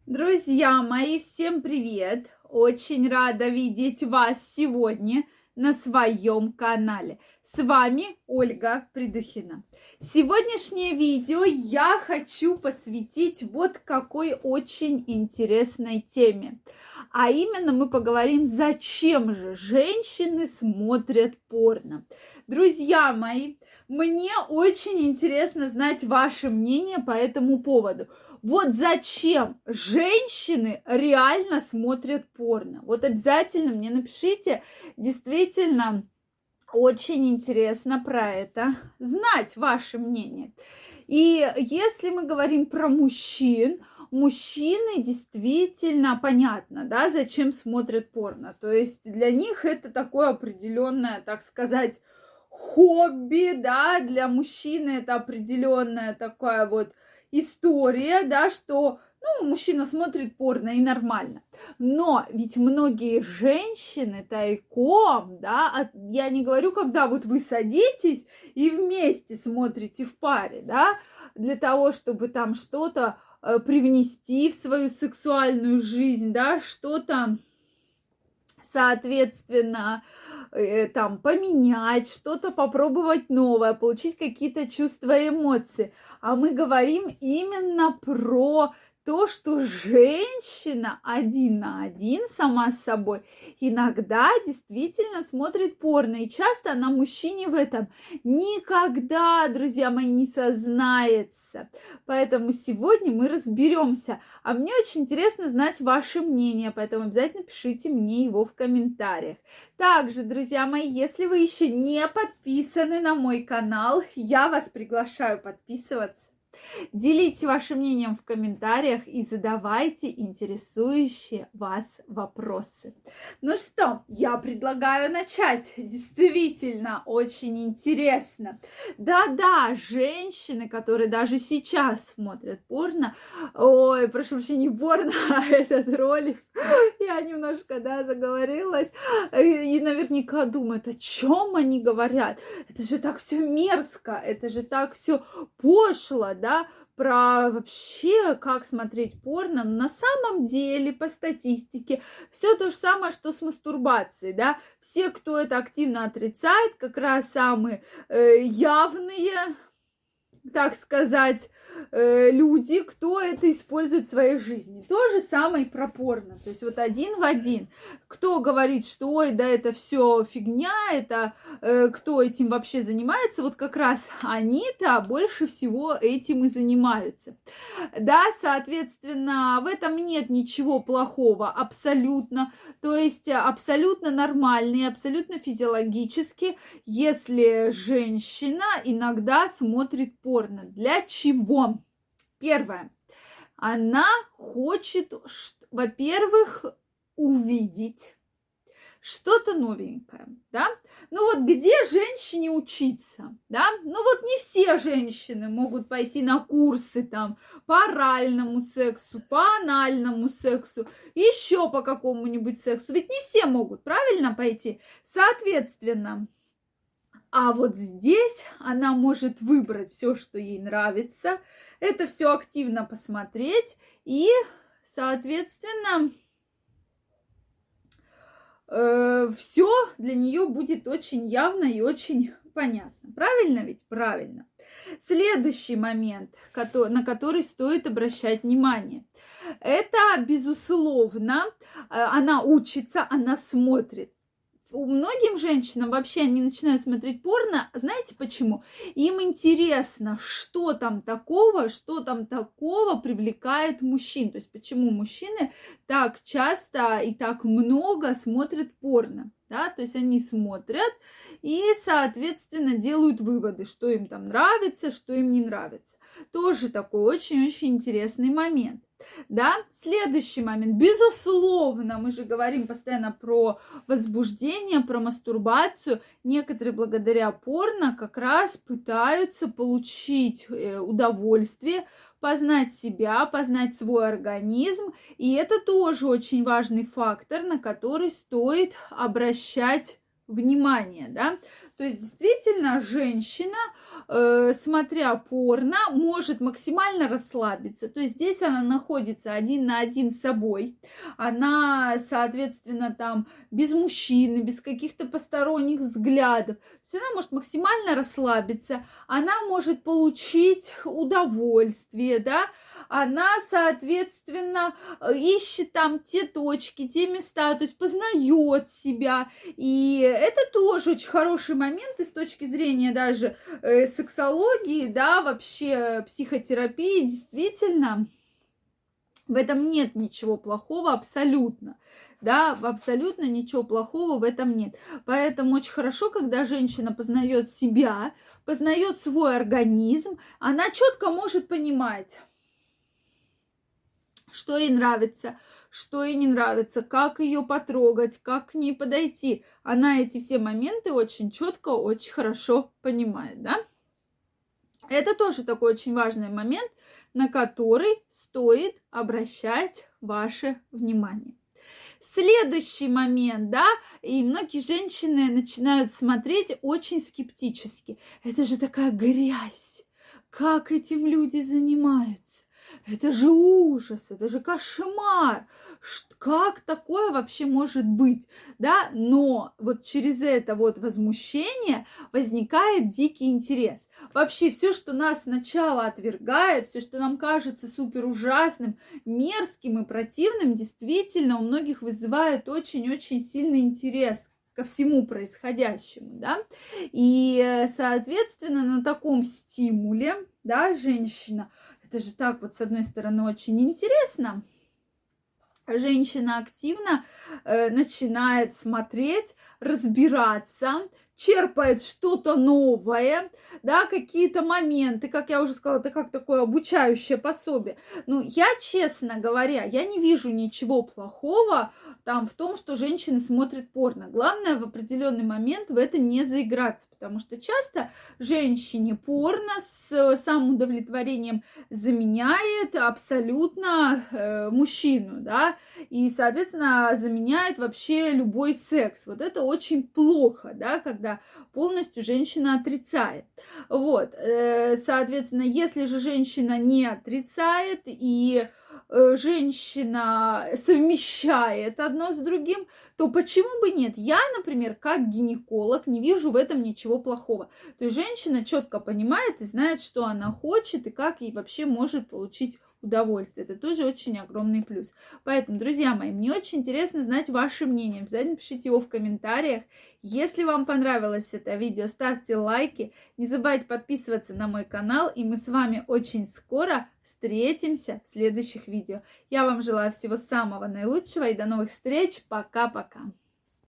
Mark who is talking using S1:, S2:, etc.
S1: Друзья мои, всем привет! Очень рада видеть вас сегодня на своем канале. С вами Ольга Придухина. Сегодняшнее видео я хочу посвятить вот какой очень интересной теме. А именно мы поговорим, зачем же женщины смотрят порно. Друзья мои, мне очень интересно знать ваше мнение по этому поводу. Вот зачем женщины реально смотрят порно? Вот обязательно мне напишите, действительно очень интересно про это знать ваше мнение. И если мы говорим про мужчин, мужчины действительно понятно, да, зачем смотрят порно. То есть для них это такое определенное, так сказать, хобби, да, для мужчины это определенная такая вот история, да, что, мужчина смотрит порно и нормально. Но ведь многие женщины тайком, да, я не говорю, когда вот вы садитесь и вместе смотрите в паре, да, для того, чтобы там что-то привнести в свою сексуальную жизнь, да, что-то, соответственно, там поменять, что-то попробовать новое, получить какие-то чувства, эмоции. А мы говорим именно про то, что женщина один на один сама с собой иногда действительно смотрит порно. И часто она мужчине в этом никогда, друзья мои, не сознается. Поэтому сегодня мы разберемся. А мне очень интересно знать ваше мнение, поэтому обязательно пишите мне его в комментариях. Также, друзья мои, если вы еще не подписаны на мой канал, я вас приглашаю подписываться. Делитесь вашим мнением в комментариях и задавайте интересующие вас вопросы. Ну что, я предлагаю начать. Действительно, очень интересно. Да-да, женщины, которые даже сейчас смотрят порно, ой, прошу прощения, не порно, а этот ролик, я немножко, заговорилась, и наверняка думают, о чем они говорят. Это же так все мерзко, это же так все пошло, да, про вообще, как смотреть порно. Но на самом деле, по статистике, все то же самое, что с мастурбацией, да. Все, кто это активно отрицает, как раз самые явные, так сказать, люди, кто это использует в своей жизни. То же самое и про порно. То есть вот один в один. Кто говорит, что ой, да это все фигня, это кто этим вообще занимается, вот как раз они-то больше всего этим и занимаются. Да, соответственно, в этом нет ничего плохого абсолютно. То есть абсолютно нормально и абсолютно физиологически, если женщина иногда смотрит порно. Для чего? Первое. Она хочет, во-первых, увидеть что-то новенькое, да? Ну вот где женщине учиться, да? Ну вот не все женщины могут пойти на курсы там по оральному сексу, по анальному сексу, еще по какому-нибудь сексу. Ведь не все могут, правильно, пойти? Соответственно, а вот здесь она может выбрать все, что ей нравится, это все активно посмотреть и, соответственно, все для нее будет очень явно и очень понятно. Правильно ведь? Правильно. Следующий момент, на который стоит обращать внимание. Это, безусловно, она учится, она смотрит. У многим женщинам вообще они начинают смотреть порно, знаете почему? Им интересно, что там такого привлекает мужчин. То есть почему мужчины так часто и так много смотрят порно. Да? То есть они смотрят и, соответственно, делают выводы, что им там нравится, что им не нравится. Тоже такой очень-очень интересный момент. Да, следующий момент. Безусловно, мы же говорим постоянно про возбуждение, про мастурбацию. Некоторые благодаря порно как раз пытаются получить удовольствие, познать себя, познать свой организм. И это тоже очень важный фактор, на который стоит обращать внимание, да. То есть действительно женщина, смотря порно, может максимально расслабиться. То есть здесь она находится один на один с собой. Она, соответственно, там без мужчины, без каких-то посторонних взглядов. То есть она может максимально расслабиться. Она может получить удовольствие, да. Она, соответственно, ищет там те точки, те места, то есть познает себя. И это тоже очень хороший момент и с точки зрения даже сексологии, да, вообще психотерапии, действительно, в этом нет ничего плохого абсолютно. Да, абсолютно ничего плохого в этом нет. Поэтому очень хорошо, когда женщина познает себя, познает свой организм, она четко может понимать, что ей нравится, что ей не нравится, как ее потрогать, как к ней подойти. Она эти все моменты очень четко, очень хорошо понимает, да? Это тоже такой очень важный момент, на который стоит обращать ваше внимание. Следующий момент, да, и многие женщины начинают смотреть очень скептически. Это же такая грязь. Как этим люди занимаются? Это же ужас, это же кошмар. Как такое вообще может быть, да? Но вот через это вот возмущение возникает дикий интерес. Вообще все, что нас сначала отвергает, все, что нам кажется супер ужасным, мерзким и противным, действительно у многих вызывает очень-очень сильный интерес ко всему происходящему, да, и, соответственно, на таком стимуле, да, женщина, это же так вот, с одной стороны, очень интересно, женщина активно начинает смотреть, разбираться, черпает что-то новое, да, какие-то моменты, как я уже сказала, это как такое обучающее пособие. Ну, я, честно говоря, я не вижу ничего плохого там в том, что женщины смотрят порно. Главное в определенный момент в это не заиграться, потому что часто женщине порно с самоудовлетворением заменяет абсолютно мужчину, да, и, соответственно, заменяет вообще любой секс. Вот это очень плохо, да, когда полностью женщина отрицает. Вот, соответственно, если же женщина не отрицает и женщина совмещает одно с другим, то почему бы нет? Я, например, как гинеколог, не вижу в этом ничего плохого. То есть женщина четко понимает и знает, что она хочет и как ей вообще может получить удовольствие. Это тоже очень огромный плюс. Поэтому, друзья мои, мне очень интересно знать ваше мнение. Обязательно пишите его в комментариях. Если вам понравилось это видео, ставьте лайки. Не забывайте подписываться на мой канал. И мы с вами очень скоро встретимся в следующих видео. Я вам желаю всего самого наилучшего и до новых встреч. Пока-пока.